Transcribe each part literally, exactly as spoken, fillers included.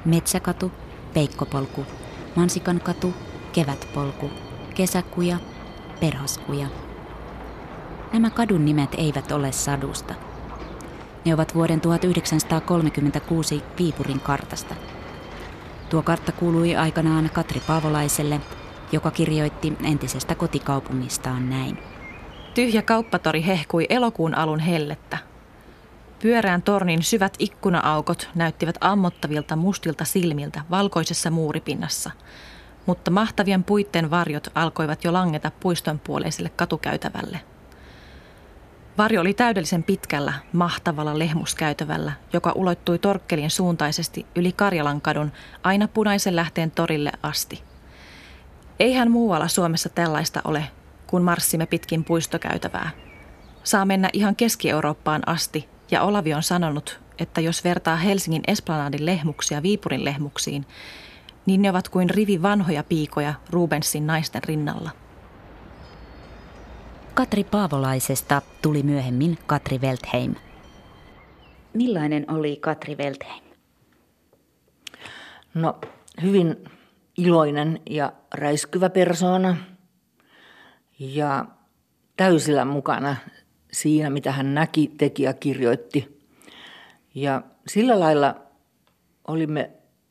Metsäkatu, Peikkopolku, Mansikankatu, Kevätpolku, Kesäkuja, Perhoskuja. Nämä kadun nimet eivät ole sadusta. Ne ovat vuoden tuhatyhdeksänsataakolmekymmentäkuusi Viipurin kartasta. Tuo kartta kuului aikanaan Katri Paavolaiselle, joka kirjoitti entisestä kotikaupungistaan näin. Tyhjä kauppatori hehkui elokuun alun hellettä. Pyöreän tornin syvät ikkuna-aukot näyttivät ammottavilta mustilta silmiltä valkoisessa muuripinnassa, mutta mahtavien puitten varjot alkoivat jo langeta puiston puoleiselle katukäytävälle. Varjo oli täydellisen pitkällä, mahtavalla lehmuskäytävällä, joka ulottui Torkkelin suuntaisesti yli Karjalankadun aina Punaisen Lähteen torille asti. Eihän muualla Suomessa tällaista ole, kun marssimme pitkin puistokäytävää. Saa mennä ihan Keski-Eurooppaan asti, ja Olavi on sanonut, että jos vertaa Helsingin Esplanadin lehmuksia Viipurin lehmuksiin, niin ne ovat kuin rivi vanhoja piikoja Rubensin naisten rinnalla. Katri Paavolaisesta tuli myöhemmin Katri Weltheim. Millainen oli Katri Weltheim? No, hyvin iloinen ja räiskyvä persoona ja täysillä mukana siinä, mitä hän näki, teki ja kirjoitti. Ja sillä lailla olimme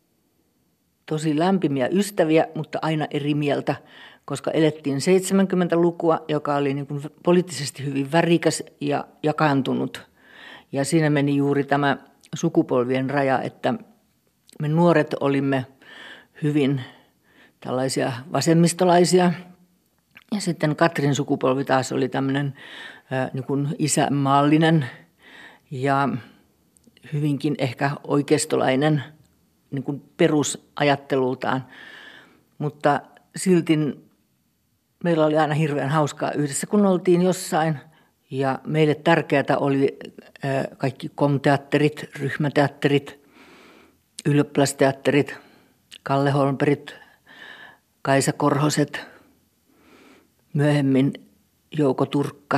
tosi lämpimiä ystäviä, mutta aina eri mieltä, koska elettiin seitsemänkymmentälukua, joka oli niin kuin poliittisesti hyvin värikäs ja jakaantunut. Ja siinä meni juuri tämä sukupolvien raja, että me nuoret olimme hyvin tällaisia vasemmistolaisia. Ja sitten Katrin sukupolvi taas oli tämmöinen ää, niin kuin isämaallinen ja hyvinkin ehkä oikeistolainen niin kuin perusajattelultaan. Mutta silti meillä oli aina hirveän hauskaa yhdessä, kun oltiin jossain. Ja meille tärkeää oli ää, kaikki komteatterit, ryhmäteatterit, ylioppilasteatterit, Kalle Holmbergit, Kaisa Korhoset, myöhemmin Jouko Turkka.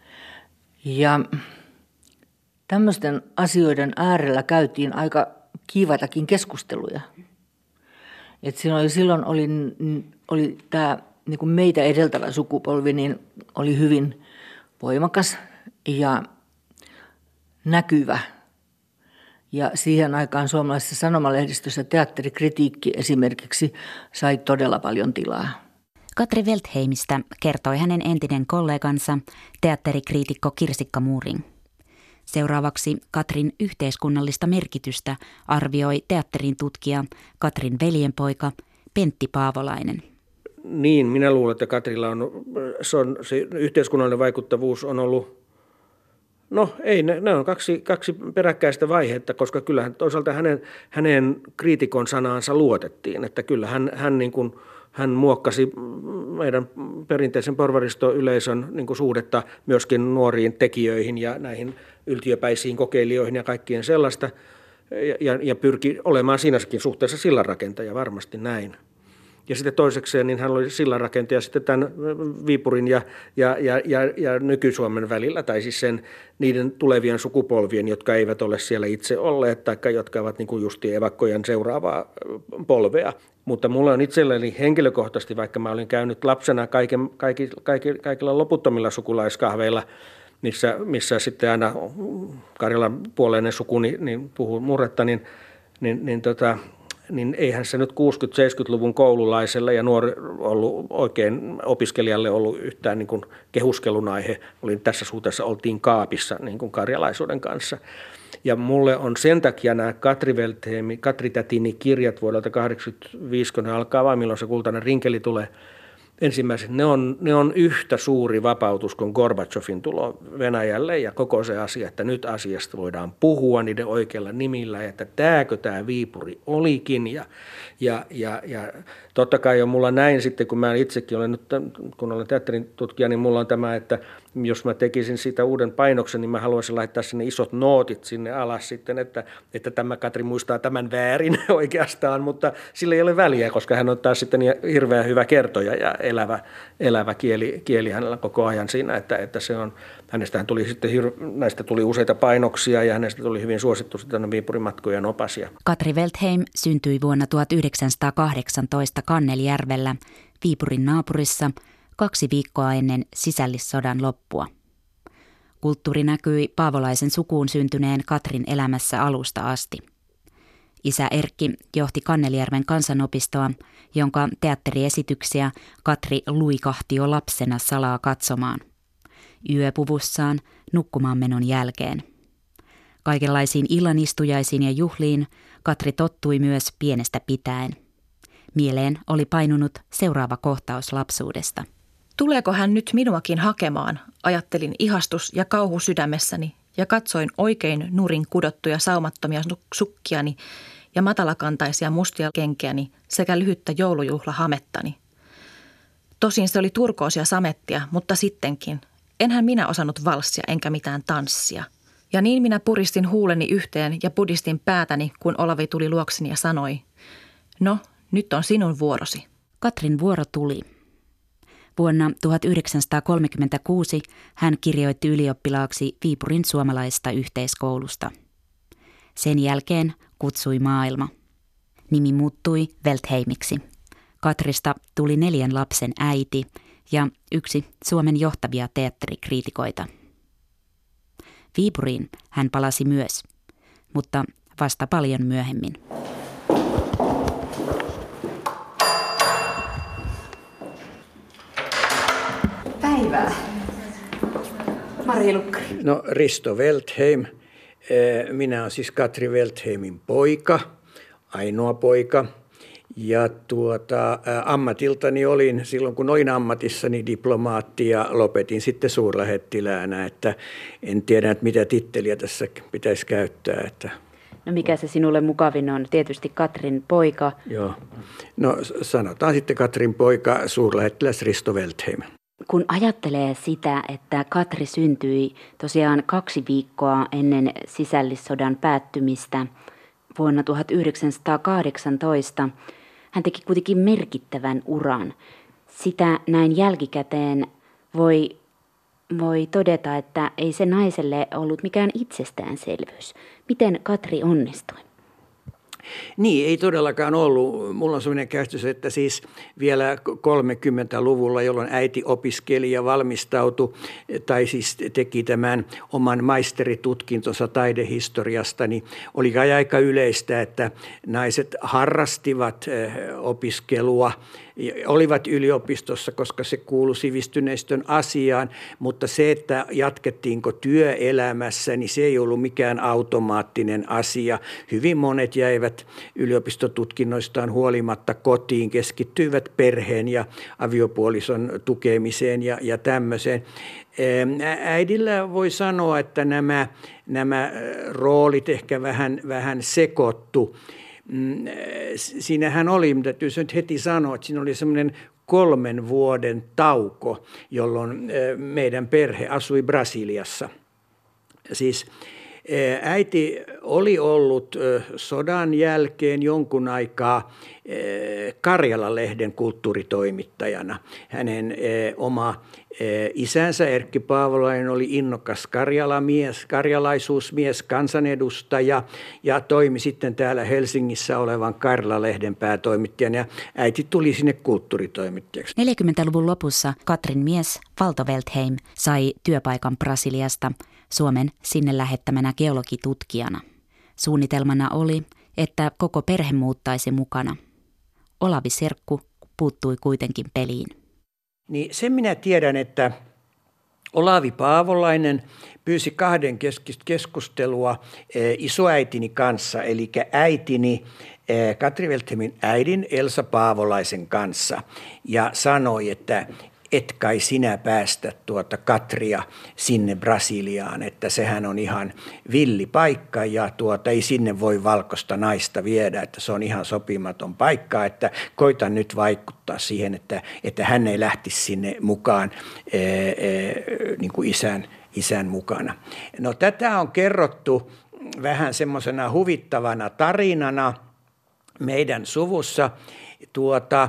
Ja tämmöisten asioiden äärellä käytiin aika kiivaitakin keskusteluja. Et siinä oli, silloin oli, oli tämä niin kuin meitä edeltävä sukupolvi niin oli hyvin voimakas ja näkyvä. Ja siihen aikaan suomalaisessa sanomalehdistössä teatterikritiikki esimerkiksi sai todella paljon tilaa. Katri Weltheimistä kertoi hänen entinen kollegansa, teatterikriitikko Kirsikka Muuring. Seuraavaksi Katrin yhteiskunnallista merkitystä arvioi teatterin tutkija Katrin veljenpoika Pentti Paavolainen. Niin, minä luulen, että Katrilla on, se, on, se yhteiskunnallinen vaikuttavuus on ollut, no ei, ne, ne on kaksi, kaksi peräkkäistä vaihetta, koska kyllähän toisaalta hänen, hänen kriitikon sanaansa luotettiin, että kyllä hän, hän niin kuin Hän muokkasi meidän perinteisen porvaristoyleisön niin kuin suhdetta myöskin nuoriin tekijöihin ja näihin yltiöpäisiin kokeilijoihin ja kaikkien sellaista. Ja, ja pyrki olemaan siinäkin suhteessa sillanrakentaja, varmasti näin. Ja sitten toisekseen niin hän oli sillanrakentaja sitten tämän Viipurin ja, ja, ja, ja, ja nyky-Suomen välillä, tai siis sen, niiden tulevien sukupolvien, jotka eivät ole siellä itse olleet, tai jotka ovat niin kuin justi evakkojen seuraavaa polvea. Mutta mulla on itselleni henkilökohtaisesti, vaikka mä olin käynyt lapsena kaiken, kaikki, kaikki, kaikilla loputtomilla sukulaiskahveilla, missä, missä sitten aina Karjalan puoleinen suku niin, niin puhuu murretta, niin, niin, niin, tota, niin eihän se nyt kuusikymmentä-seitsemänkymmentäluvun koululaiselle ja nuori ollut oikein opiskelijalle ollut yhtään niin kuin kehuskelun aihe. Olin tässä suhteessa oltiin kaapissa niin kuin karjalaisuuden kanssa. Ja mulle on sen takia nämä Katri Weltheim, Katri Tätini kirjat vuodelta kahdeksankymmentäviisi, kun ne alkaa vaan milloin se kultainen rinkeli tulee ensimmäiset. Ne on, ne on yhtä suuri vapautus kuin Gorbatsovin tulo Venäjälle ja koko se asia, että nyt asiasta voidaan puhua niiden oikeilla nimillä, että tääkö tämä Viipuri olikin. Ja, ja, ja, ja totta kai on mulla näin sitten, kun mä itsekin olen nyt, kun olen teatterin tutkija, niin mulla on tämä, että jos mä tekisin siitä uuden painoksen, niin mä haluaisin laittaa sinne isot nootit sinne alas sitten, että, että tämä Katri muistaa tämän väärin oikeastaan, mutta sillä ei ole väliä, koska hän on taas sitten hirveän hyvä kertoja ja elävä, elävä kieli, kieli hänellä koko ajan siinä, että, että se on, hänestähän tuli sitten, näistä tuli useita painoksia ja hänestä tuli hyvin suosittu sitten Viipurin matkojen opas. Katri Veltheim syntyi vuonna tuhatyhdeksänsataakahdeksantoista Kanneljärvellä Viipurin naapurissa kaksi viikkoa ennen sisällissodan loppua. Kulttuuri näkyi paavolaisen sukuun syntyneen Katrin elämässä alusta asti. Isä Erkki johti Kanneljärven kansanopistoa, jonka teatteriesityksiä Katri luikahti jo lapsena salaa katsomaan. Yöpuvussaan nukkumaan menon jälkeen. Kaikenlaisiin illanistujaisiin ja juhliin Katri tottui myös pienestä pitäen. Mieleen oli painunut seuraava kohtaus lapsuudesta. Tuleeko hän nyt minuakin hakemaan, ajattelin ihastus ja kauhu sydämessäni ja katsoin oikein nurin kudottuja saumattomia sukkiani ja matalakantaisia mustia kenkiäni sekä lyhyttä joulujuhlahamettani. Tosin se oli turkoosia samettia, mutta sittenkin. Enhän minä osannut valssia enkä mitään tanssia. Ja niin minä puristin huuleni yhteen ja pudistin päätäni, kun Olavi tuli luokseni ja sanoi, no, nyt on sinun vuorosi. Katrin vuoro tuli. Vuonna tuhatyhdeksänsataakolmekymmentäkuusi hän kirjoitti ylioppilaaksi Viipurin suomalaisesta yhteiskoulusta. Sen jälkeen kutsui maailma. Nimi muuttui Veltheimiksi. Katrista tuli neljän lapsen äiti ja yksi Suomen johtavia teatterikriitikoita. Viipuriin hän palasi myös, mutta vasta paljon myöhemmin. Päivää. Mari Lukkari. No Risto Veltheim. Minä olen siis Katri Veltheimin poika, ainoa poika. Ja tuota, ammatiltani olin silloin, kun olin ammatissani diplomaatti ja lopetin sitten suurlähettiläänä, että en tiedä, että mitä titteliä tässä pitäisi käyttää. Että No mikä se sinulle mukavin on? Tietysti Katrin poika. Joo. No sanotaan sitten Katrin poika, suurlähettiläs Risto Veltheim. Kun ajattelee sitä, että Katri syntyi tosiaan kaksi viikkoa ennen sisällissodan päättymistä vuonna tuhatyhdeksänsataakahdeksantoista, hän teki kuitenkin merkittävän uran. Sitä näin jälkikäteen voi, voi todeta, että ei se naiselle ollut mikään itsestäänselvyys. Miten Katri onnistui? Niin, ei todellakaan ollut. Mulla on sellainen käsitys, että siis vielä kolmekymmentäluvulla, jolloin äiti opiskeli ja valmistautui, tai siis teki tämän oman maisteritutkintonsa taidehistoriasta, niin oli aika yleistä, että naiset harrastivat opiskelua, olivat yliopistossa, koska se kuului sivistyneistön asiaan, mutta se, että jatkettiinko työelämässä, niin se ei ollut mikään automaattinen asia. Hyvin monet jäivät yliopistotutkinnoistaan huolimatta kotiin, keskittyivät perheen ja aviopuolison tukemiseen ja, ja tämmöiseen. Äidillä voi sanoa, että nämä, nämä roolit ehkä vähän, vähän sekoittu. Siinähän oli, mitä täytyy nyt heti sanoa, että siinä oli semmoinen kolmen vuoden tauko, jolloin meidän perhe asui Brasiliassa. Siis äiti oli ollut sodan jälkeen jonkun aikaa Karjala-lehden kulttuuritoimittajana. Hänen oma isänsä Erkki Paavolainen oli innokas karjalamies, karjalaisuusmies, kansanedustaja ja toimi sitten täällä Helsingissä olevan Karjala-lehden päätoimittajana ja äiti tuli sinne kulttuuritoimittajaksi. neljäkymmentäluvun lopussa Katrin mies Valto Veltheim sai työpaikan Brasiliasta Suomen sinne lähettämänä geologitutkijana. Suunnitelmana oli, että koko perhe muuttaisi mukana. Olavi serkku puuttui kuitenkin peliin. Niin sen minä tiedän, että Olavi Paavolainen pyysi kahden keskustelua isoäitini kanssa, eli äitini Katri Veltheimin äidin Elsa Paavolaisen kanssa ja sanoi, että et kai sinä päästä tuota Katria sinne Brasiliaan, että sehän on ihan villi paikka ja tuota, ei sinne voi valkoista naista viedä, että se on ihan sopimaton paikka, että koitan nyt vaikuttaa siihen, että, että hän ei lähtisi sinne mukaan ää, ää, niin kuin isän, isän mukana. No tätä on kerrottu vähän semmoisena huvittavana tarinana meidän suvussa. Tuota,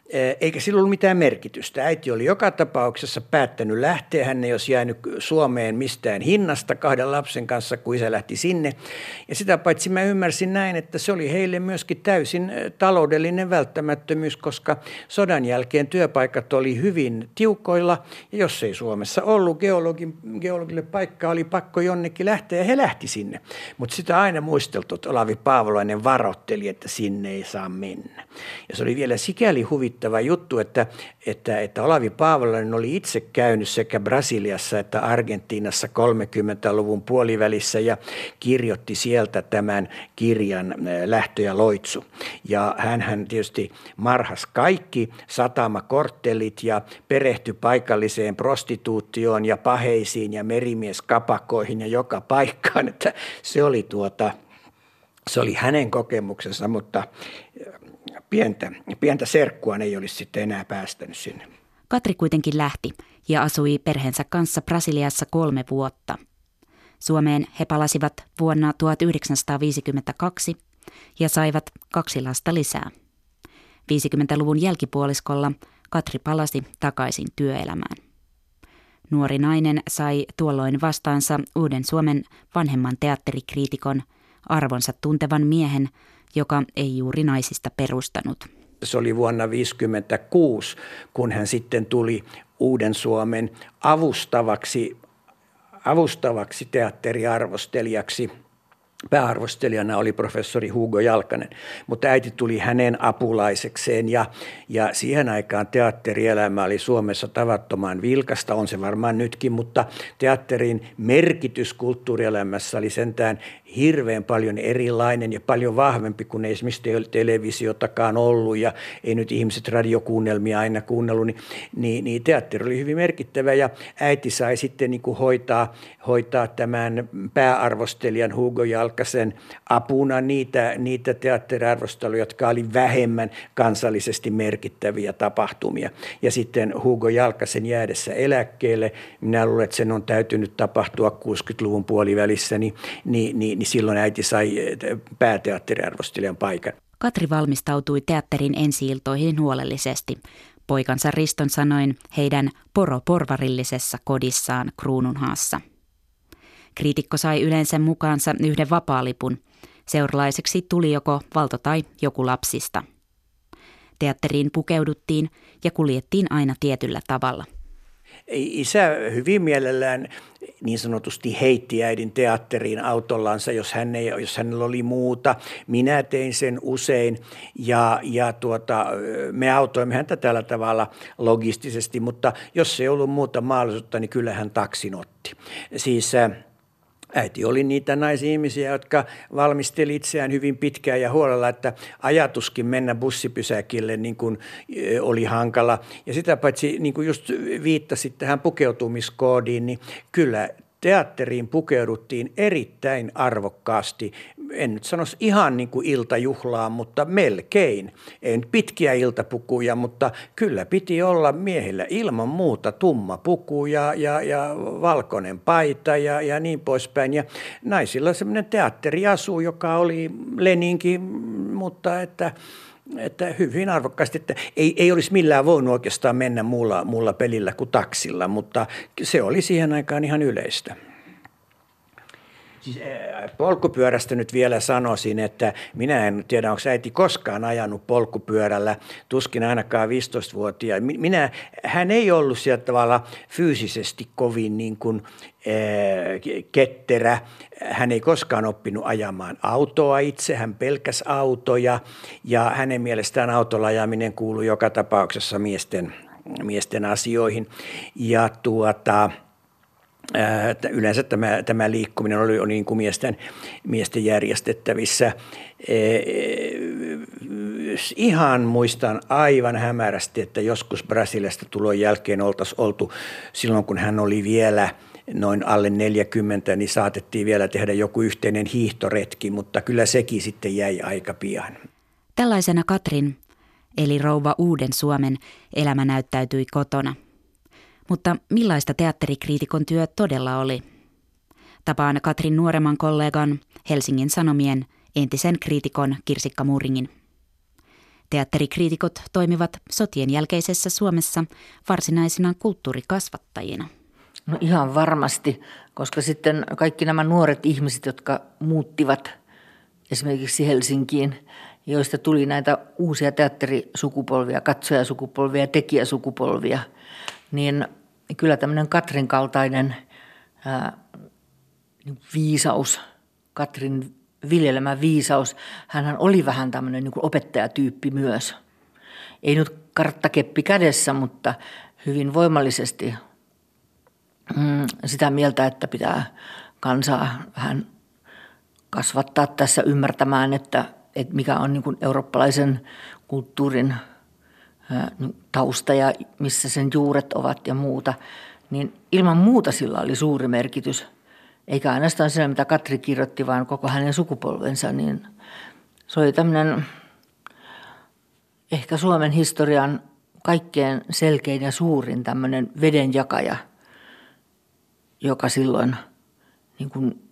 eikä sillä ollut mitään merkitystä. Äiti oli joka tapauksessa päättänyt lähteä. Hän ei olisi jäänyt Suomeen mistään hinnasta kahden lapsen kanssa, kun isä lähti sinne. Ja sitä paitsi mä ymmärsin näin, että se oli heille myöskin täysin taloudellinen välttämättömyys, koska sodan jälkeen työpaikat oli hyvin tiukoilla. Ja jos ei Suomessa ollut geologin, geologille paikkaa, oli pakko jonnekin lähteä ja he lähti sinne. Mutta sitä aina muisteltu, että Olavi Paavolainen varoitteli, että sinne ei saa mennä. Ja se oli vielä sikäli huvittava juttu, että, että, että Olavi Paavolainen oli itse käynyt sekä Brasiliassa että Argentiinassa kolmekymmentäluvun puolivälissä ja kirjoitti sieltä tämän kirjan Lähtö ja loitsu. Ja hänhän tietysti marhas kaikki satamakorttelit ja perehtyi paikalliseen prostituutioon ja paheisiin ja merimieskapakoihin ja joka paikkaan, että se oli tuota... Se oli hänen kokemuksensa, mutta pientä, pientä serkkuaan ei olisi sitten enää päästänyt sinne. Katri kuitenkin lähti ja asui perheensä kanssa Brasiliassa kolme vuotta. Suomeen he palasivat vuonna tuhatyhdeksänsataaviisikymmentäkaksi ja saivat kaksi lasta lisää. viisikymmentäluvun jälkipuoliskolla Katri palasi takaisin työelämään. Nuori nainen sai tuolloin vastaansa uuden Suomen vanhemman teatterikriitikon, arvonsa tuntevan miehen, joka ei juuri naisista perustanut. Se oli vuonna tuhatyhdeksänsataaviisikymmentäkuusi, kun hän sitten tuli Uuden Suomen avustavaksi, avustavaksi teatteriarvostelijaksi. Pääarvostelijana oli professori Hugo Jalkanen, mutta äiti tuli hänen apulaisekseen ja, ja siihen aikaan teatterielämä oli Suomessa tavattoman vilkasta, on se varmaan nytkin, mutta teatterin merkitys kulttuurielämässä oli sentään hirveän paljon erilainen ja paljon vahvempi kuin ei esimerkiksi televisiotakaan ollut ja ei nyt ihmiset radiokuunnelmia aina kuunnellut, niin, niin, niin teatteri oli hyvin merkittävä ja äiti sai sitten niin kuin hoitaa, hoitaa tämän pääarvostelijan Hugo Jalkasen apuna niitä, niitä teatteriarvosteluja, jotka oli vähemmän kansallisesti merkittäviä tapahtumia. Ja sitten Hugo Jalkasen jäädessä eläkkeelle, minä luulen, että sen on täytynyt tapahtua kuusikymmentäluvun puolivälissä, niin, niin, niin, niin silloin äiti sai pääteatteriarvostelijan paikan. Katri valmistautui teatterin ensi-iltoihin huolellisesti. Poikansa Riston sanoin heidän poroporvarillisessa kodissaan Kruununhaassa. Kriitikko sai yleensä mukaansa yhden vapaalipun. Seuralaiseksi tuli joko Valto tai joku lapsista. Teatteriin pukeuduttiin ja kuljettiin aina tietyllä tavalla. Isä hyvin mielellään niin sanotusti heitti äidin teatteriin autollansa, jos, hän ei, jos hänellä oli muuta. Minä tein sen usein ja, ja tuota, me autoimme häntä tällä tavalla logistisesti, mutta jos ei ollut muuta mahdollisuutta, niin kyllä hän taksin otti. Siis äiti oli niitä naisihmisiä, jotka valmisteli itseään hyvin pitkään ja huolella, että ajatuskin mennä bussipysäkille niin kuin oli hankala. Ja sitä paitsi niin kuin just viittasit tähän pukeutumiskoodiin, niin kyllä teatteriin pukeuduttiin erittäin arvokkaasti. En nyt sanoisi ihan niin kuin iltajuhlaan, mutta melkein. En pitkiä iltapukuja, mutta kyllä piti olla miehillä ilman muuta tumma puku ja, ja, ja valkoinen paita ja, ja niin poispäin. Ja naisilla semmoinen teatteriasu, joka oli Leninki, mutta että... Että hyvin arvokkaasti, että ei, ei olisi millään voinut oikeastaan mennä muulla, muulla pelillä kuin taksilla, mutta se oli siihen aikaan ihan yleistä. Siis polkupyörästä nyt vielä sanoisin, että minä en tiedä, onko äiti koskaan ajanut polkupyörällä, tuskin ainakaan viisitoistavuotiaan. Minä, hän ei ollut sieltä tavalla fyysisesti kovin niin kuin, äh, ketterä. Hän ei koskaan oppinut ajamaan autoa itse, hän pelkäsi autoja ja hänen mielestään autolla ajaminen kuului joka tapauksessa miesten, miesten asioihin. Ja tuota... Yleensä tämä, tämä liikkuminen oli, oli niin kuin miesten, miesten järjestettävissä. Ihan muistan aivan hämärästi, että joskus Brasiliasta tulon jälkeen oltaisiin oltu silloin, kun hän oli vielä noin alle neljäkymmentä, niin saatettiin vielä tehdä joku yhteinen hiihtoretki, mutta kyllä sekin sitten jäi aika pian. Tällaisena Katrin, eli rouva Uuden Suomen, elämä näyttäytyi kotona. Mutta millaista teatterikriitikon työ todella oli? Tapaan Katrin nuoremman kollegan, Helsingin Sanomien entisen kriitikon Kirsikka Muuringin. Teatterikriitikot toimivat sotien jälkeisessä Suomessa varsinaisina kulttuurikasvattajina. No ihan varmasti, koska sitten kaikki nämä nuoret ihmiset, jotka muuttivat esimerkiksi Helsinkiin, joista tuli näitä uusia teatterisukupolvia, katsojasukupolvia ja tekijäsukupolvia, niin kyllä tämmöinen Katrin kaltainen ää, viisaus, Katrin viljelemä viisaus, hänhän oli vähän tämmöinen niin kuin opettajatyyppi myös. Ei nyt karttakeppi kädessä, mutta hyvin voimallisesti mm, sitä mieltä, että pitää kansaa vähän kasvattaa tässä ymmärtämään, että, että mikä on niin kuin eurooppalaisen kulttuurin ää, tausta ja missä sen juuret ovat ja muuta. Niin ilman muuta sillä oli suuri merkitys. Eikä ainoastaan siinä, mitä Katri kirjoitti, vaan koko hänen sukupolvensa, niin se oli tämmöinen ehkä Suomen historian kaikkein selkein ja suurin tämmöinen vedenjakaja, joka silloin niin kuin,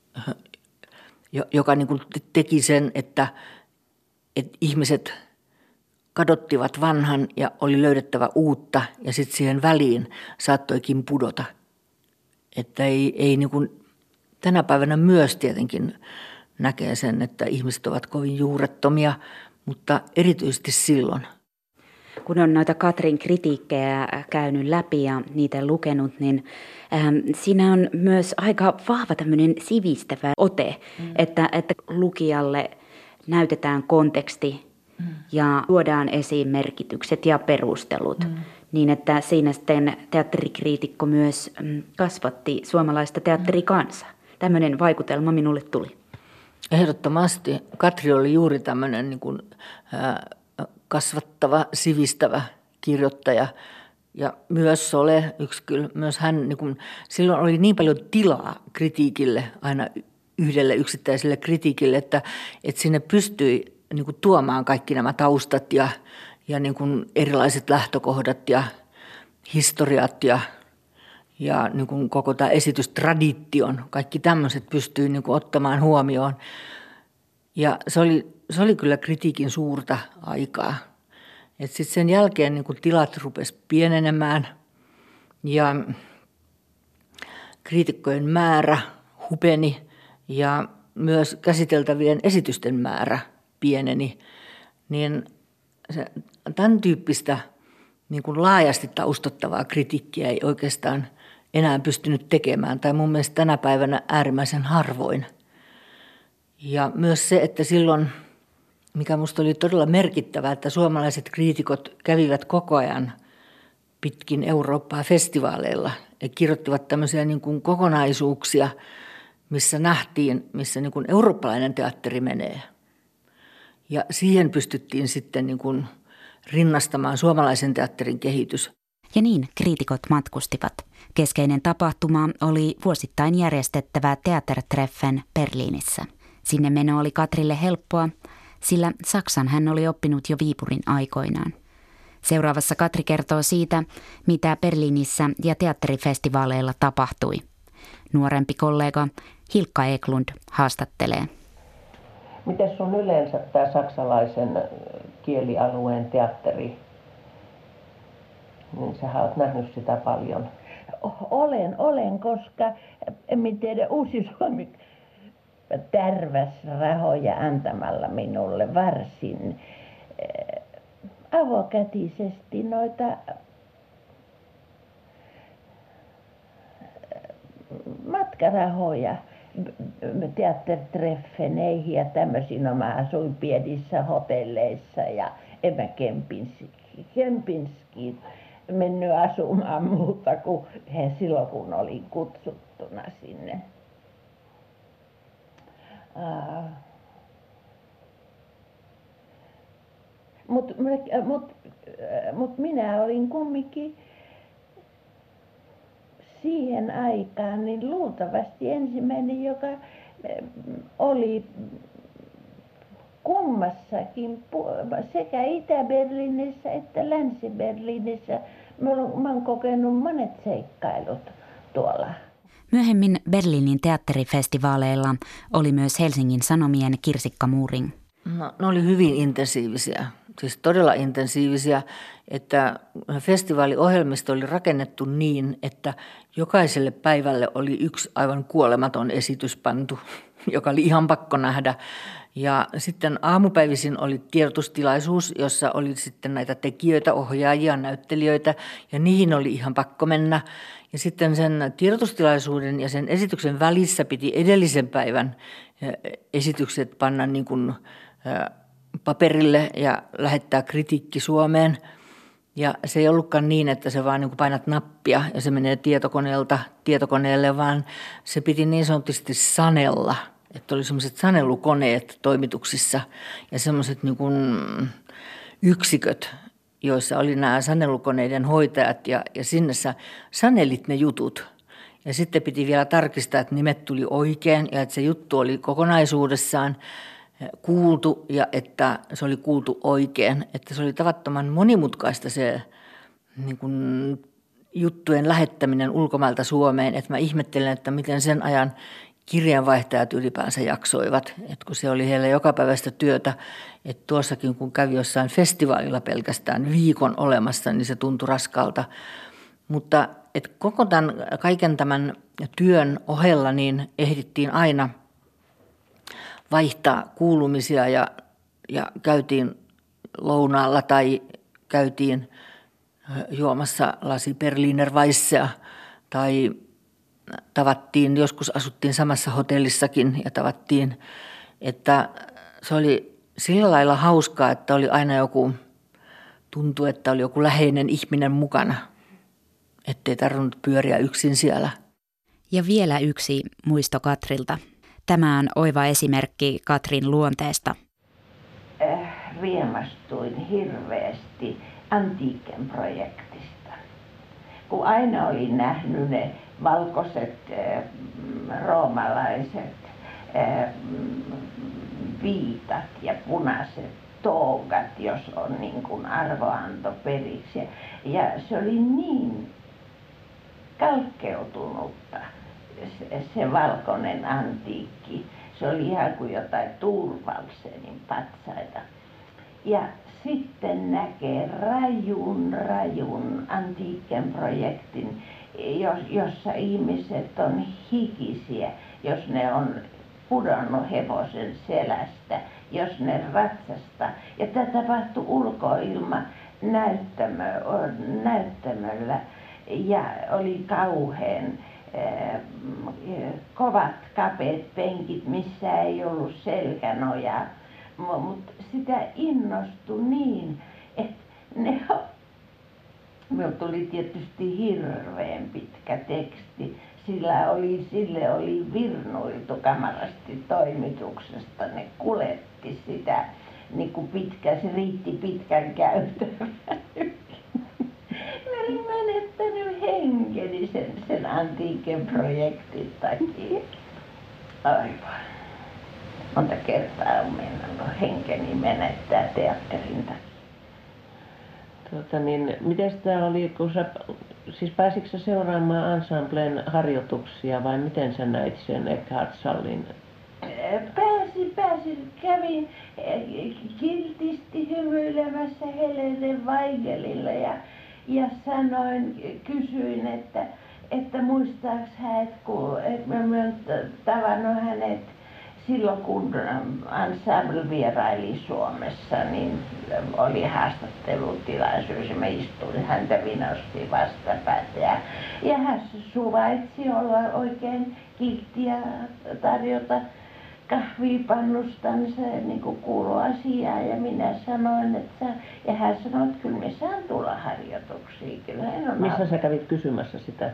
joka niin kuin teki sen, että, että ihmiset kadottivat vanhan ja oli löydettävä uutta ja sitten siihen väliin saattoikin pudota. Että ei, ei niin kuin tänä päivänä myös tietenkin näkee sen, että ihmiset ovat kovin juurettomia, mutta erityisesti silloin. Kun on noita Katrin kritiikkejä käynyt läpi ja niitä lukenut, niin ähm, siinä on myös aika vahva tämmöinen sivistävä ote, mm. että, että lukijalle näytetään konteksti mm. ja tuodaan esiin merkitykset ja perustelut. Mm. Niin, että siinä sitten teatterikriitikko myös kasvatti suomalaista teatterikansaa. Tämmöinen vaikutelma minulle tuli. Ehdottomasti. Katri oli juuri tämmöinen niin kuin, ää, kasvattava, sivistävä kirjoittaja. Ja myös Sole, yksi kyllä, myös hän, niin kuin, silloin oli niin paljon tilaa kritiikille, aina yhdelle yksittäiselle kritiikille, että, että sinne pystyi niin kuin, tuomaan kaikki nämä taustat ja ja niin kuin erilaiset lähtökohdat ja historiat ja, ja niin kuin koko tämä esitystradition, kaikki tämmöiset pystyy niin kuin ottamaan huomioon. Ja se oli, se oli kyllä kritiikin suurta aikaa. Sitten sen jälkeen niin kuin tilat rupesi pienenemään ja kriitikkojen määrä hupeni ja myös käsiteltävien esitysten määrä pieneni, niin se, tämän tyyppistä niin kuin laajasti taustottavaa kritiikkiä ei oikeastaan enää pystynyt tekemään, tai mun mielestä tänä päivänä äärimmäisen harvoin. Ja myös se, että silloin, mikä musta oli todella merkittävää, että suomalaiset kriitikot kävivät koko ajan pitkin Eurooppaa festivaaleilla ja kirjoittivat tämmöisiä niin kuin kokonaisuuksia, missä nähtiin, missä niin kuin eurooppalainen teatteri menee. Ja siihen pystyttiin sitten niin kuin rinnastamaan suomalaisen teatterin kehitys. Ja niin kriitikot matkustivat. Keskeinen tapahtuma oli vuosittain järjestettävä teattertreffen Berliinissä. Sinne meno oli Katrille helppoa, sillä Saksan hän oli oppinut jo Viipurin aikoinaan. Seuraavassa Katri kertoo siitä, mitä Berliinissä ja teatterifestivaaleilla tapahtui. Nuorempi kollega Hilkka Eklund haastattelee. Miten sun yleensä tämä saksalaisen kielialueen teatteri, niin sä oot nähnyt sitä paljon? Olen, olen, koska miten Uusi-Suomi tärväs rahoja antamalla minulle varsin avokätisesti noita matkarahoja teattertreffeneihin ja tämmöisiin. No, mä asuin pienissä hotelleissa ja en mä Kempinskiin mennyt asumaan muuta kuin silloin, kun olin kutsuttuna sinne. Uh, Mutta mut, mut minä olin kumminkin siihen aikaan niin luultavasti ensimmäinen, joka oli kummassakin, sekä Itä-Berliinissä että Länsi-Berliinissä. Mä olen kokenut monet seikkailut tuolla. Myöhemmin Berliinin teatterifestivaaleilla oli myös Helsingin Sanomien Kirsikka Muuring. No, ne oli hyvin intensiivisiä siis todella intensiivisiä, että festivaaliohjelmisto oli rakennettu niin, että jokaiselle päivälle oli yksi aivan kuolematon esitys pantu, joka oli ihan pakko nähdä. Ja sitten aamupäivisin oli tiedotustilaisuus, jossa oli sitten näitä tekijöitä, ohjaajia, näyttelijöitä, ja niihin oli ihan pakko mennä. Ja sitten sen tiedotustilaisuuden ja sen esityksen välissä piti edellisen päivän esitykset panna niin kuin paperille ja lähettää kritiikki Suomeen. Ja se ei ollutkaan niin, että se vaan niin kuin painat nappia ja se menee tietokoneelta tietokoneelle, vaan se piti niin sanotusti sanella. Että oli semmoiset sanelukoneet toimituksissa ja semmoiset niin kuin yksiköt, joissa oli nämä sanelukoneiden hoitajat ja, ja sinne sä sanelit ne jutut. Ja sitten piti vielä tarkistaa, että nimet tuli oikein ja että se juttu oli kokonaisuudessaan kuultu ja että se oli kuultu oikein. Että se oli tavattoman monimutkaista se niin kuin juttujen lähettäminen ulkomailta Suomeen. Että mä ihmettelen, että miten sen ajan kirjanvaihtajat ylipäänsä jaksoivat, että kun se oli heillä jokapäiväistä työtä, että tuossakin kun kävi jossain festivaalilla pelkästään viikon olemassa, niin se tuntui raskalta. Mutta että koko tämän, kaiken tämän työn ohella niin ehdittiin aina vaihtaa kuulumisia ja, ja käytiin lounaalla tai käytiin juomassa lasi Berliner Weissea tai tavattiin, joskus asuttiin samassa hotellissakin ja tavattiin, että se oli sillä lailla hauskaa, että oli aina joku, tuntui, että oli joku läheinen ihminen mukana, ettei tarvinnut pyöriä yksin siellä. Ja vielä yksi muisto Katrilta. Tämä on oiva esimerkki Katrin luonteesta. Äh, riemastuin hirveästi Antiiken projektista, kun aina olin nähnyt ne valkoiset äh, roomalaiset äh, viitat ja punaiset toogat, jos on niin kuin arvoanto periksi. Ja se oli niin kalkkeutunutta, se, se valkoinen antiikki. Se oli ihan kuin jotain Thorvaldsenin patsaita. Ja sitten näkee rajun, rajun Antiiken projektin, jossa ihmiset on hikisiä, jos ne on pudonnut hevosen selästä, jos ne ratsasta. Ja tämä tapahtui ulkoilma näyttämö, näyttämöllä ja oli kauhean äh, kovat kapeat penkit, missä ei ollut selkänojaa. Mutta sitä innostui niin, että ne minulle tuli tietysti hirveän pitkä teksti. Sillä oli, sille oli virnuiltu kamarasti toimituksesta. Ne kuletti sitä niin kuin pitkä, se riitti pitkän käytävän. Mä olin menettänyt henkeni sen, sen Antiiken projektin takia. Aivan. Monta kertaa on mennnyt henkeni menettää teatterin takia. Tuota niin, mites tää oli, kun sä, siis pääsitkö sä seuraamaan ensemblen harjoituksia vai miten sä näit sen Eckhard Sallin? Pääsin, pääsin, kävin kiltisti hymyilemässä Helene Weigelilla ja, ja sanoin, kysyin, että, että muistaaks hän, että kun et mä olen tavannut hänet silloin kun ensemble vieraili Suomessa, niin oli haastattelutilaisuus ja mä istuin häntä vinosti vastapäätä. Ja, ja hän suvaitsi olla oikein kiltti ja tarjota kahvipannustansa niin kuin kuului asiaan. Ja minä sanoin, että ja hän sanoi, että kyllä me saan tulla harjoituksiin. Kyllä hän on Missä sä kävit kysymässä sitä?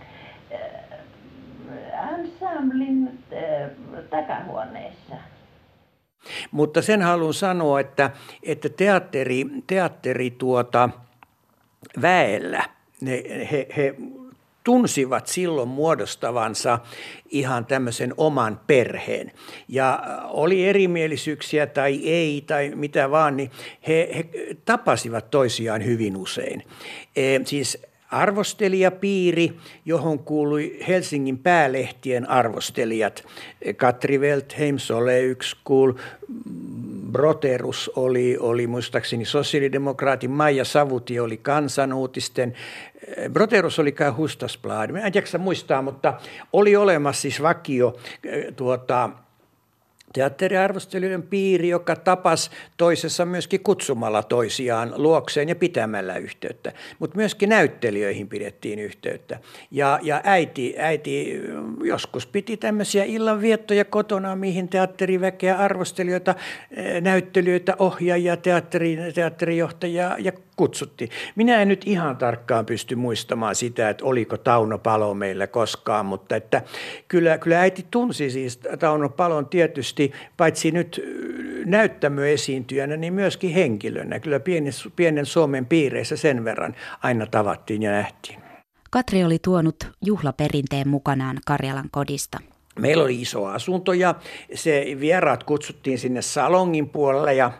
Ensemblin äh, takahuoneessa. Mutta sen haluan sanoa, että, että teatteri, teatteri tuota, väellä, ne, he, he tunsivat silloin muodostavansa ihan tämmöisen oman perheen. Ja oli erimielisyyksiä tai ei tai mitä vaan, niin he, he tapasivat toisiaan hyvin usein. E, siis arvostelijapiiri, johon kuului Helsingin päälehtien arvostelijat. Katri Veltheim, Sole Ykskuul, Broterus oli, oli muistaakseni sosiaalidemokraatin, Maija Savuti oli Kansanuutisten, Broterus oli kai Hufvudstadsblad, en jaksa muistaa, mutta oli olemassa siis vakio tuota, teatteriarvostelijoiden piiri, joka tapasi toisessa myöskin kutsumalla toisiaan luokseen ja pitämällä yhteyttä, mutta myöskin näyttelijöihin pidettiin yhteyttä. Ja, ja äiti, äiti joskus piti tämmöisiä illanviettoja kotona, mihin teatteriväkeä, arvostelijoita, näyttelijöitä, ohjaajia, teatteri, teatterijohtajia ja kutsuttiin. Minä en nyt ihan tarkkaan pysty muistamaan sitä, että oliko Tauno Palo meillä koskaan, mutta että kyllä, kyllä äiti tunsi siis Tauno Palon tietysti paitsi nyt näyttämöesiintyjänä, niin myöskin henkilönä. Kyllä pienen, pienen Suomen piireissä sen verran aina tavattiin ja nähtiin. Katri oli tuonut juhlaperinteen mukanaan Karjalan kodista. Meillä oli iso asunto ja se vieraat kutsuttiin sinne salongin puolelle ja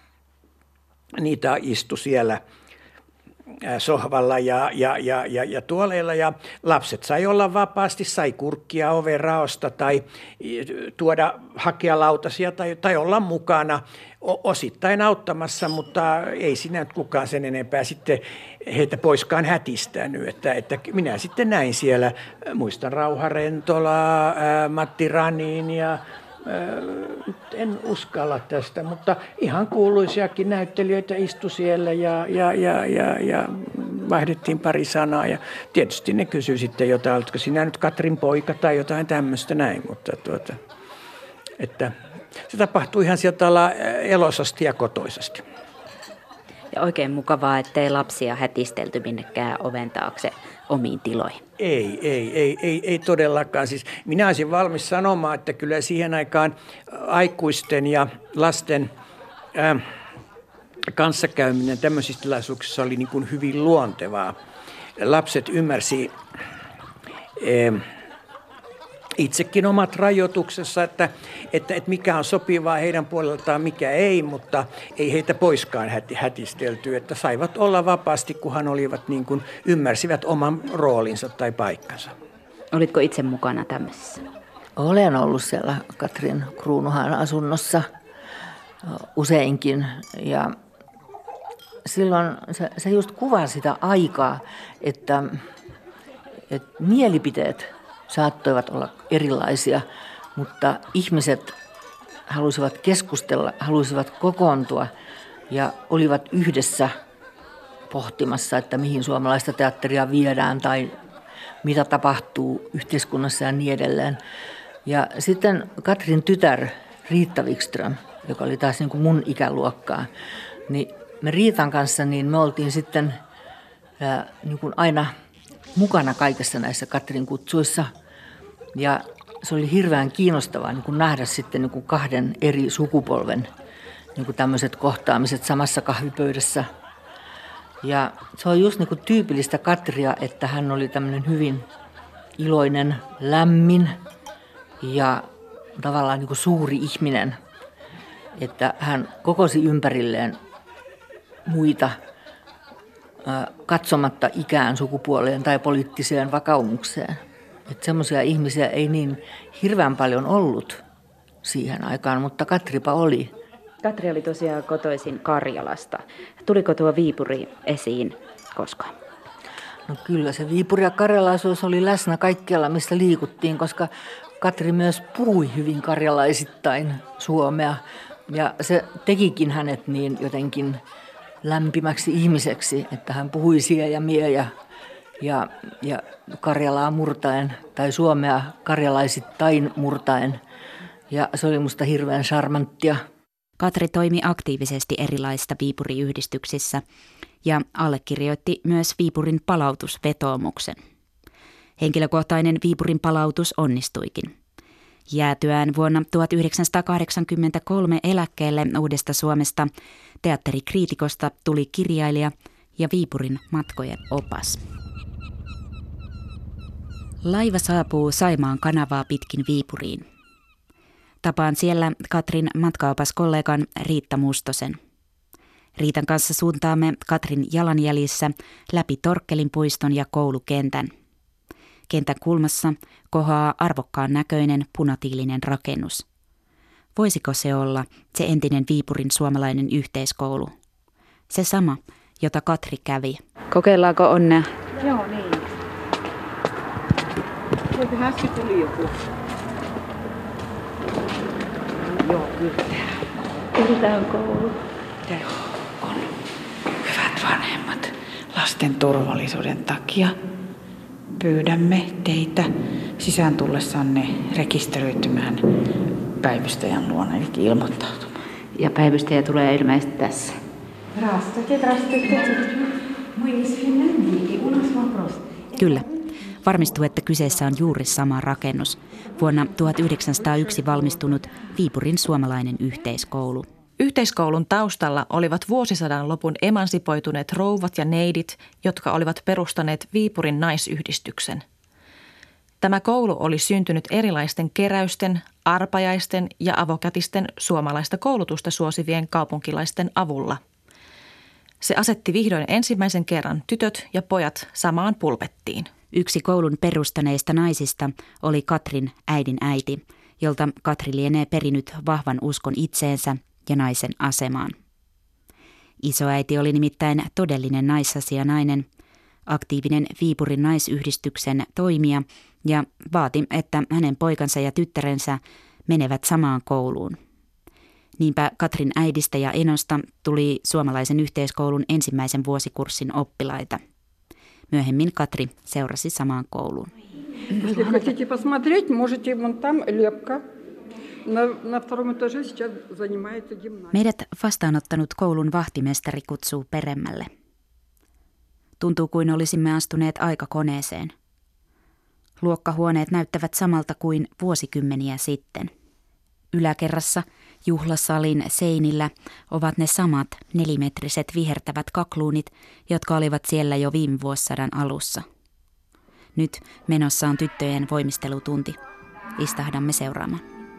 niitä istui siellä sohvalla ja, ja, ja, ja, ja tuoleilla ja lapset sai olla vapaasti, sai kurkkia oven raosta tai tuoda hakea lautasia tai, tai olla mukana osittain auttamassa, mutta ei siinä kukaan sen enempää sitten heitä poiskaan hätistänyt, että, että minä sitten näin siellä, muistan Rauha Rentolaa, Matti Ranin ja en uskalla tästä, mutta ihan kuuluisiakin näyttelijöitä istui siellä ja, ja, ja, ja, ja vaihdettiin pari sanaa ja tietysti ne kysyi sitten jotain, oletko sinä nyt Katrin poika tai jotain tämmöistä näin, mutta tuota, että se tapahtui ihan sieltä olla elosasti ja kotoisasti. Ja oikein mukavaa, ettei lapsia hätistelty minnekään oven taakse omiin tiloihin. Ei, ei, ei, ei, ei todellakaan. Siis minä olisin valmis sanomaan, että kyllä siihen aikaan aikuisten ja lasten äh, kanssakäyminen tämmöisissä tilaisuuksissa oli niin kuin hyvin luontevaa. Lapset ymmärsi äh, itsekin omat rajoituksensa, että, että, että mikä on sopivaa heidän puoleltaan, mikä ei, mutta ei heitä poiskaan hätistelty, että saivat olla vapaasti, kunhan olivat niin kuin ymmärsivät oman roolinsa tai paikkansa. Olitko itse mukana tämmöisessä? Olen ollut siellä Katrin Kruunuhan asunnossa useinkin ja silloin se, se just kuvaa sitä aikaa, että, että mielipiteet saattoivat olla erilaisia, mutta ihmiset halusivat keskustella, halusivat kokoontua ja olivat yhdessä pohtimassa, että mihin suomalaista teatteria viedään tai mitä tapahtuu yhteiskunnassa ja niin edelleen. Ja sitten Katrin tytär Riitta Wikström, joka oli taas niin kuin mun ikäluokkaa, niin me Riitan kanssa niin me oltiin sitten ää, niin kuin aina mukana kaikessa näissä Katrin kutsuissa. Ja se oli hirveän kiinnostavaa niin kuin nähdä sitten niin kuin kahden eri sukupolven niin kuin tämmöiset kohtaamiset samassa kahvipöydässä. Ja se on just niin kuin tyypillistä Katria, että hän oli tämmöinen hyvin iloinen, lämmin ja tavallaan niin kuin suuri ihminen. Että hän kokosi ympärilleen muita katsomatta ikään, sukupuoleen tai poliittiseen vakaumukseen. Että semmoisia ihmisiä ei niin hirveän paljon ollut siihen aikaan, mutta Katripa oli. Katri oli tosiaan kotoisin Karjalasta. Tuliko tuo Viipuri esiin koskaan? No kyllä se Viipuri ja karjalaisuus oli läsnä kaikkialla, missä liikuttiin, koska Katri myös puhui hyvin karjalaisittain suomea. Ja se tekikin hänet niin jotenkin lämpimäksi ihmiseksi, että hän puhui sie ja mie ja, ja, ja Karjalaa murtaen tai suomea karjalaisittain murtaen. Ja se oli musta hirveän charmanttia. Katri toimi aktiivisesti erilaisissa Viipuri-yhdistyksissä ja allekirjoitti myös Viipurin palautusvetoomuksen. Henkilökohtainen Viipurin palautus onnistuikin. Jäätyään vuonna tuhatyhdeksänsataakahdeksankymmentäkolme eläkkeelle Uudesta Suomesta teatterikriitikosta tuli kirjailija ja Viipurin matkojen opas. Laiva saapuu Saimaan kanavaa pitkin Viipuriin. Tapaan siellä Katrin matkaopaskollegan Riitta Mustosen. Riitan kanssa suuntaamme Katrin jalanjäljissä läpi Torkkelin puiston ja koulukentän. Kentän kulmassa kohoaa arvokkaan näköinen punatiilinen rakennus. Voisiko se olla se entinen Viipurin suomalainen yhteiskoulu? Se sama, jota Katri kävi. Kokeillaanko onnea? Joo, niin. Sieltä äsken tuli joku. Joo, kyllä. Kyllä tämä on koulu. Joo, on. Hyvät vanhemmat, lasten turvallisuuden takia pyydämme teitä sisään tullessanne rekisteröitymään päivystäjän luona, eli ilmoittautumaan. Ja päivystäjä tulee ilmeisesti tässä. Kyllä. Varmistuu, että kyseessä on juuri sama rakennus. Vuonna tuhatyhdeksänsataayksi valmistunut Viipurin suomalainen yhteiskoulu. Yhteiskoulun taustalla olivat vuosisadan lopun emansipoituneet rouvat ja neidit, jotka olivat perustaneet Viipurin naisyhdistyksen. Tämä koulu oli syntynyt erilaisten keräysten, arpajaisten ja avokätisten suomalaista koulutusta suosivien kaupunkilaisten avulla. Se asetti vihdoin ensimmäisen kerran tytöt ja pojat samaan pulpettiin. Yksi koulun perustaneista naisista oli Katrin äidin äiti, jolta Katri lienee perinyt vahvan uskon itseensä ja naisen asemaan. Isoäiti oli nimittäin todellinen naisasianainen, aktiivinen Viipurin naisyhdistyksen toimija ja vaati, että hänen poikansa ja tyttärensä menevät samaan kouluun. Niinpä Katrin äidistä ja enosta tuli suomalaisen yhteiskoulun ensimmäisen vuosikurssin oppilaita. Myöhemmin Katri seurasi samaan kouluun. Meidät vastaanottanut koulun vahtimestari kutsuu peremmälle. Tuntuu kuin olisimme astuneet aikakoneeseen. Luokkahuoneet näyttävät samalta kuin vuosikymmeniä sitten. Yläkerrassa juhlasalin seinillä ovat ne samat nelimetriset vihertävät kakluunit, jotka olivat siellä jo viime vuosisadan alussa. Nyt menossa on tyttöjen voimistelutunti. Istahdamme seuraamaan.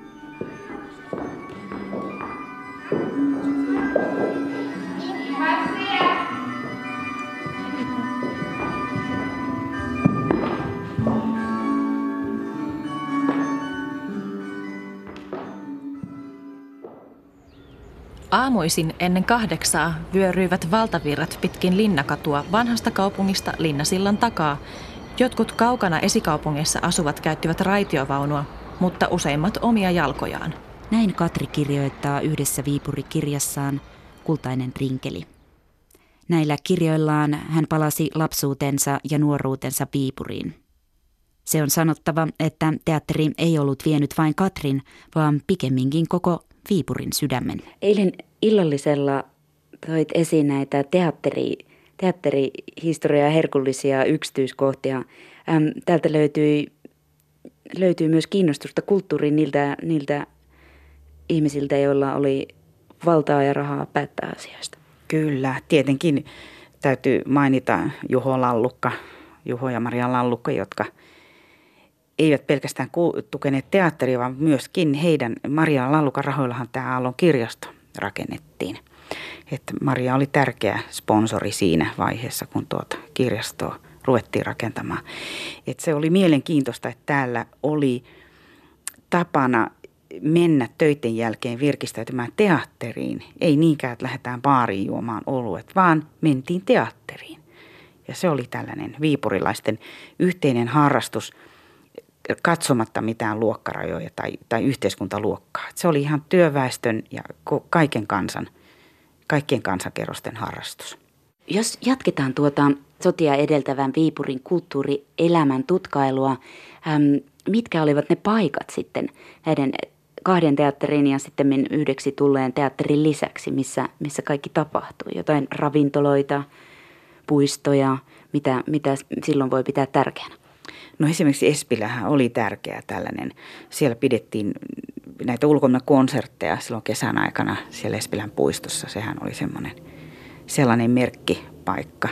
Aamuisin ennen kahdeksaa vyöryivät valtavirrat pitkin Linnakatua vanhasta kaupungista Linnasillan takaa. Jotkut kaukana esikaupungeissa asuvat käyttivät raitiovaunua, mutta useimmat omia jalkojaan. Näin Katri kirjoittaa yhdessä Viipuri-kirjassaan Kultainen rinkeli. Näillä kirjoillaan hän palasi lapsuutensa ja nuoruutensa Viipuriin. Se on sanottava, että teatteri ei ollut vienyt vain Katrin, vaan pikemminkin koko Viipurin sydämen. Eilen illallisella toit esiin näitä teatteri, teatterihistoriaa herkullisia yksityiskohtia. Ähm, täältä löytyi, löytyy myös kiinnostusta kulttuuriin niiltä, niiltä ihmisiltä, joilla oli valtaa ja rahaa päättää asioista. Kyllä, tietenkin täytyy mainita Juho Lallukka, Juho ja Maria Lallukka, jotka eivät pelkästään tukeneet teatteria, vaan myöskin heidän, Maria Lallukan rahoillahan tämä Aallon kirjasto rakennettiin. Että Maria oli tärkeä sponsori siinä vaiheessa, kun tuota kirjastoa ruvettiin rakentamaan. Että se oli mielenkiintoista, että täällä oli tapana mennä töiden jälkeen virkistäytymään teatteriin. Ei niinkään, että lähdetään baariin juomaan oluet, vaan mentiin teatteriin. Ja se oli tällainen viipurilaisten yhteinen harrastus, katsomatta mitään luokkarajoja tai, tai yhteiskuntaluokkaa. Se oli ihan työväestön ja kaiken kansan, kaikkien kansankerrosten harrastus. Jos jatketaan tuota sotia edeltävän Viipurin kulttuurielämän tutkailua, äm, mitkä olivat ne paikat sitten näiden kahden teatterin ja sitten yhdeksi tulleen teatterin lisäksi, missä, missä kaikki tapahtui? Jotain ravintoloita, puistoja, mitä, mitä silloin voi pitää tärkeänä? No esimerkiksi Espilähän oli tärkeä tällainen. Siellä pidettiin näitä ulkomakonsertteja silloin kesän aikana siellä Espilän puistossa. Sehän oli semmoinen, sellainen merkkipaikka.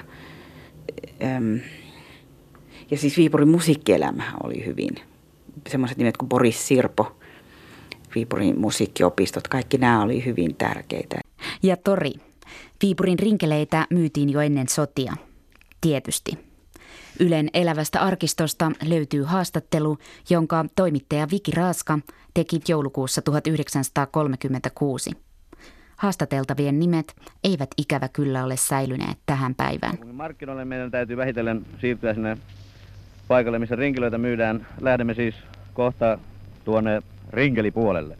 Ja siis Viipurin musiikkielämähän oli hyvin. Semmoiset nimet kuin Boris Sirpo, Viipurin musiikkiopistot, kaikki nämä oli hyvin tärkeitä. Ja tori. Viipurin rinkeleitä myytiin jo ennen sotia. Tietysti. Ylen elävästä arkistosta löytyy haastattelu, jonka toimittaja Viki Raaska teki joulukuussa tuhatyhdeksänsataakolmekymmentäkuusi. Haastateltavien nimet eivät ikävä kyllä ole säilyneet tähän päivään. Markkinoille meidän täytyy vähitellen siirtyä sinne paikalle, missä rinkeleitä myydään. Lähdemme siis kohta tuonne rinkelipuolelle.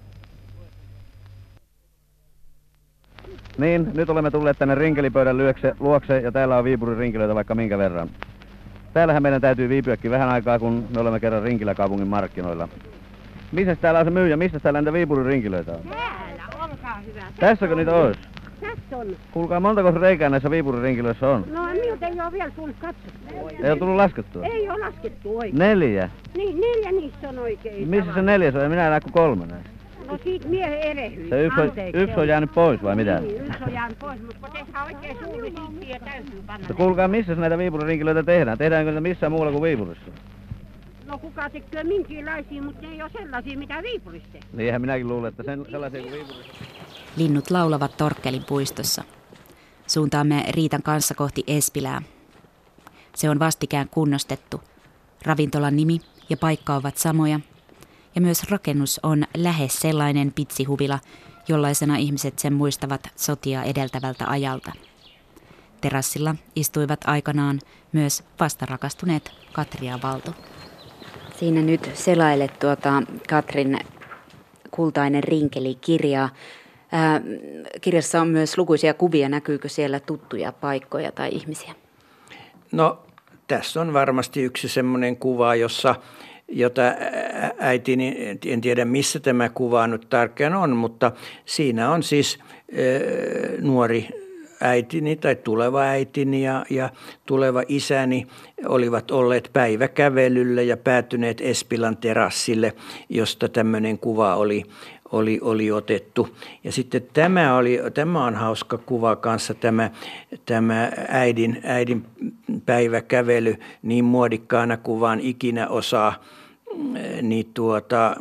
Niin, nyt olemme tulleet tänne rinkelipöydän luokse, luokse ja täällä on Viipurin rinkeleitä vaikka minkä verran. Täällähän meidän täytyy viipyäkin vähän aikaa, kun me olemme kerran Rinkiläkaupungin markkinoilla. Missä täällä on se myyjä? Missä täällä niitä Viipurin rinkilöitä on? Täällä, olkaa hyvä. Tässäkö niitä olisi? Tässä on. Kuulkaa, montako reikää näissä Viipurin rinkilöissä on? No minulta ei ole vielä tullut katsottua. Ei ole tullut laskettua? Ei ole laskettu oikein. Neljä? Niin, neljä niissä on oikein. Missä se neljäs on? Minä en näe kuin kolme näistä. No siitä miehen erehyi. Se yksi on, yksi on jäänyt pois vai mitä? Niin, yksi on jäänyt pois, mutta kun tehdään oikein suuri, niin siihen täytyy panna. No kuulkaa, missä näitä Viipurin rinkilöitä tehdään? Tehdäänkö niitä missään muualla kuin Viipurissa? No kuka tekee minkälaisia, mutta ne ei ole sellaisia, mitä Viipurissa tehdään. Niinhän minäkin luulen, että sen, sellaisia kuin Viipurissa. Linnut laulavat Torkkelin puistossa. Suuntaamme Riitan kanssa kohti Espilää. Se on vastikään kunnostettu. Ravintolan nimi ja paikka ovat samoja. Ja myös rakennus on lähes sellainen pitsihuvila, jollaisena ihmiset sen muistavat sotia edeltävältä ajalta. Terassilla istuivat aikanaan myös vastarakastuneet Katri ja Valto. Siinä nyt selailet tuota Katrin Kultainen rinkeli-kirjaa. Ää, kirjassa on myös lukuisia kuvia. Näkyykö siellä tuttuja paikkoja tai ihmisiä? No, tässä on varmasti yksi semmoinen kuva, jossa, jota äitini, en tiedä missä tämä kuva nyt tarkkaan on, mutta siinä on siis e, nuori äitini tai tuleva äitini ja, ja tuleva isäni olivat olleet päiväkävelyllä ja päätyneet Espilan terassille, josta tämmöinen kuva oli, oli, oli otettu. Ja sitten tämä, oli, tämä on hauska kuva kanssa, tämä, tämä äidin, äidin päiväkävely, niin muodikkaana kuvaan ikinä osaa, niin tuota,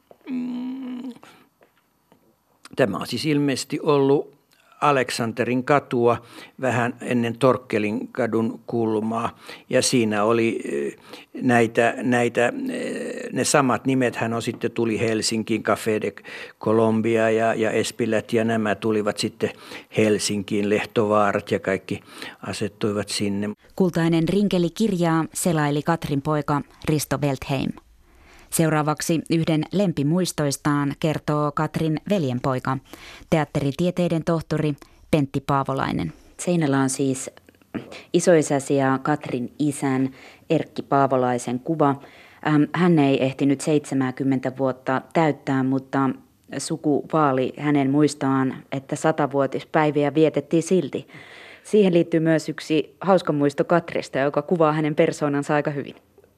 tämä on siis ilmeisesti ollut Aleksanterin katua vähän ennen Torkkelin kadun kulmaa. Ja siinä oli näitä, näitä ne samat nimethän on sitten tuli Helsinkiin, Café de Colombia ja, ja Espilät ja nämä tulivat sitten Helsinkiin, Lehtovaarat ja kaikki asettuivat sinne. Kultainen rinkeli-kirjaa selaili Katrin poika Risto Veltheim. Seuraavaksi yhden lempimuistoistaan kertoo Katrin veljenpoika, teatteritieteiden tohtori Pentti Paavolainen. Seinällä on siis isoisäsi ja Katrin isän Erkki Paavolaisen kuva. Hän ei ehtinyt seitsemänkymmentä vuotta täyttää, mutta suku vaali hänen muistoaan, että satavuotispäiviä vietettiin silti. Siihen liittyy myös yksi hauska muisto Katrista, joka kuvaa hänen persoonansa aika hyvin.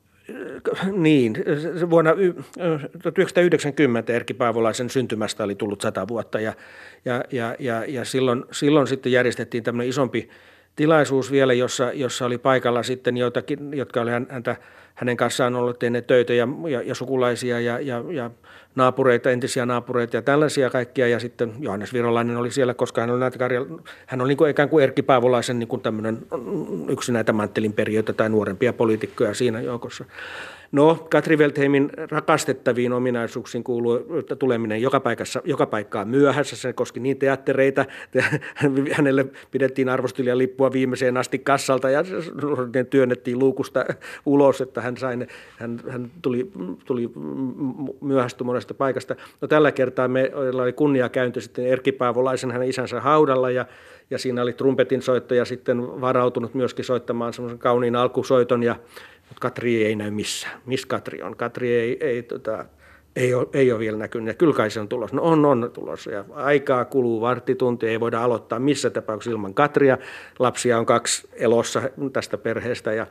Niin, vuonna tuhatyhdeksänsataayhdeksänkymmentä Erkki Paavolaisen syntymästä oli tullut sata vuotta ja, ja, ja, ja, ja silloin, silloin sitten järjestettiin tämmöinen isompi tilaisuus vielä, jossa, jossa oli paikalla sitten joitakin, jotka oli häntä, hänen kanssaan ollut tehneet töitä ja, ja, ja sukulaisia ja, ja, ja naapureita, entisiä naapureita ja tällaisia kaikkia. Ja sitten Johannes Virolainen oli siellä, koska hän oli, näitä Karjal- hän oli niin kuin ikään kuin Erkki Paavolaisen niin kuin tämmöinen yksi näitä manttelinperijöitä tai nuorempia poliitikkoja siinä joukossa. No, Katri Veltheimin rakastettaviin ominaisuuksiin kuuluu tuleminen joka, paikassa, joka paikkaan myöhässä. Se koski niin teattereita. Hänelle pidettiin arvostelijalippua viimeiseen asti kassalta ja ne työnnettiin luukusta ulos, että hän, sai ne, hän, hän tuli, tuli myöhästy monesta paikasta. No, tällä kertaa meillä oli kunniakäynti sitten Erkki Paavolaisen hänen isänsä haudalla ja Ja siinä oli trumpetin soittaja sitten varautunut myöskin soittamaan semmoisen kauniin alkusoiton ja Katri ei näy missään. Missä Katri on? Katri ei, ei, tota, ei, ole, ei ole vielä näkynyt. Ja kyllä kai se on tulossa. No on, on tulossa. Ja aikaa kuluu varttitunti. Ei voida aloittaa missä tapauksessa ilman Katria. Lapsia on kaksi elossa tästä perheestä ja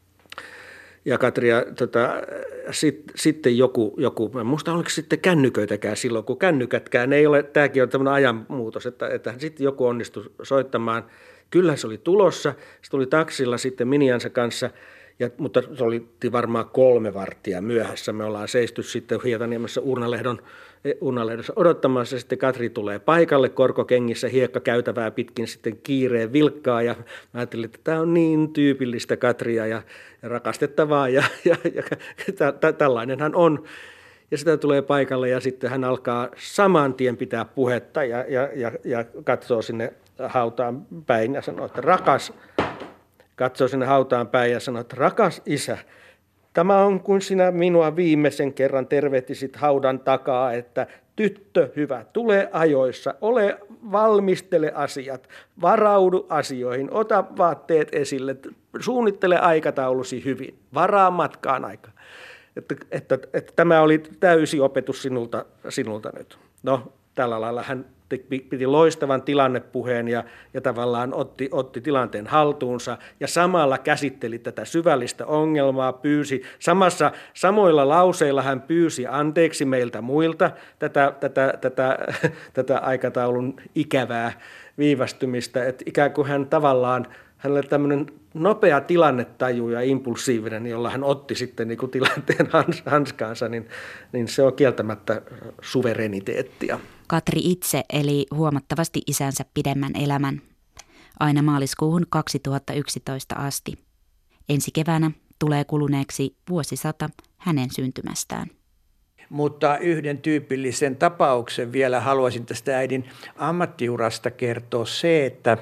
Ja Katria, tota, sit, sitten joku, joku, en muista oliko sitten kännyköitäkään silloin, kun kännykätkään ei ole, tämäkin on tämmöinen ajanmuutos, että, että sitten joku onnistui soittamaan. Kyllä se oli tulossa, se tuli taksilla sitten miniänsä kanssa Ja, mutta se oli varmaan kolme varttia myöhässä. Me ollaan seisty sitten Hietaniemessä Uurnalehdon, Uurnalehdossa odottamassa. Sitten Katri tulee paikalle korkokengissä hiekkakäytävää pitkin sitten kiireen vilkkaa. Ja mä ajattelin, että tämä on niin tyypillistä Katria ja, ja rakastettavaa ja, ja, ja tä, tällainen hän on. Ja sitä tulee paikalle ja sitten hän alkaa saman tien pitää puhetta ja, ja, ja, ja katsoo sinne hautaan päin ja sanoo, että rakas, katsoo sinne hautaan päin ja sanoo, että rakas isä, tämä on kuin sinä minua viimeisen kerran tervehtisit haudan takaa, että tyttö hyvä, tule ajoissa, ole, valmistele asiat, varaudu asioihin, ota vaatteet esille, suunnittele aikataulusi hyvin, varaa matkaan aikaa. Että, että, että tämä oli täysi opetus sinulta, sinulta nyt. No, tällä lailla hän piti loistavan tilannepuheen ja, ja tavallaan otti, otti tilanteen haltuunsa ja samalla käsitteli tätä syvällistä ongelmaa, pyysi, samassa, samoilla lauseilla hän pyysi anteeksi meiltä muilta tätä, tätä, tätä, tätä aikataulun ikävää viivästymistä, että ikään kuin hän tavallaan, hänellä tämmöinen nopea tilannetaju ja impulsiivinen, jolla hän otti sitten niin kuin tilanteen hans, hanskaansa, niin, niin se on kieltämättä suvereniteettia. Katri itse eli huomattavasti isänsä pidemmän elämän, aina maaliskuuhun kaksituhattayksitoista asti. Ensi keväänä tulee kuluneeksi vuosisata hänen syntymästään. Mutta yhden tyypillisen tapauksen vielä haluaisin tästä äidin ammattiurasta kertoa se, että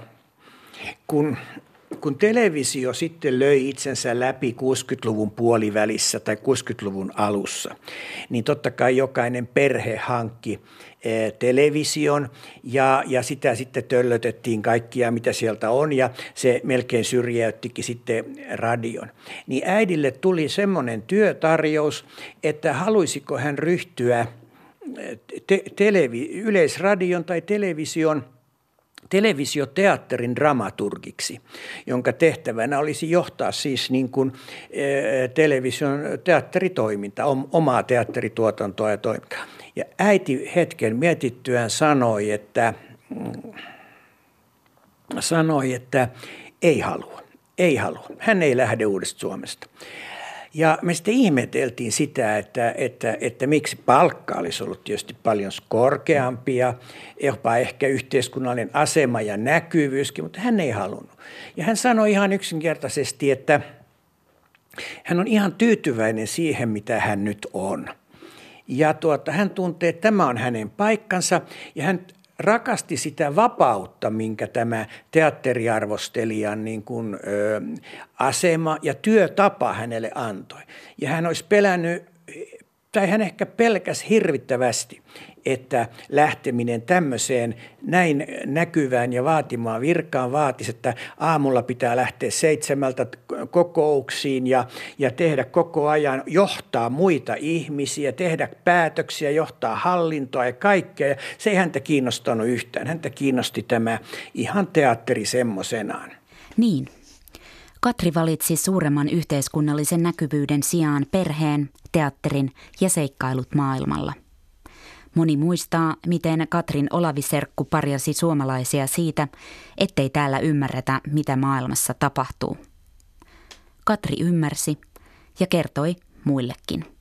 kun Kun televisio sitten löi itsensä läpi kuusikymmentäluvun puolivälissä tai kuusikymmentäluvun alussa, niin totta kai jokainen perhe hankki television ja, ja sitä sitten töllötettiin kaikkia, mitä sieltä on, ja se melkein syrjäyttikin sitten radion. Niin äidille tuli semmoinen työtarjous, että haluaisiko hän ryhtyä te- televi- yleisradion tai television televisioteatterin dramaturgiksi, jonka tehtävänä olisi johtaa siis niin kuin, e, television teatteritoimintaa, omaa teatterituotantoa ja toimintaa. Ja äiti hetken mietittyään sanoi, että, mm, sanoi, että ei halua, ei halua. Hän ei lähde uudesta Suomesta. Ja me sitten ihmeteltiin sitä, että, että, että miksi palkka olisi ollut tietysti paljon korkeampi ja jopa ehkä yhteiskunnallinen asema ja näkyvyyskin, mutta hän ei halunnut. Ja hän sanoi ihan yksinkertaisesti, että hän on ihan tyytyväinen siihen, mitä hän nyt on. Ja tuota, hän tuntee, että tämä on hänen paikkansa ja hän rakasti sitä vapautta, minkä tämä teatteriarvostelijan niin kuin, ö, asema ja työtapa hänelle antoi. Ja hän olisi pelännyt, tai hän ehkä pelkäsi hirvittävästi, että lähteminen tämmöiseen näin näkyvään ja vaatimaan virkaan vaatisi, että aamulla pitää lähteä seitsemältä kokouksiin ja, ja tehdä koko ajan, johtaa muita ihmisiä, tehdä päätöksiä, johtaa hallintoa ja kaikkea. Ja se ei häntä kiinnostanut yhtään. Häntä kiinnosti tämä ihan teatteri semmoisenaan. Niin. Katri valitsi suuremman yhteiskunnallisen näkyvyyden sijaan perheen, teatterin ja seikkailut maailmalla. Moni muistaa, miten Katrin Olavi-serkku parjasi suomalaisia siitä, ettei täällä ymmärretä, mitä maailmassa tapahtuu. Katri ymmärsi ja kertoi muillekin.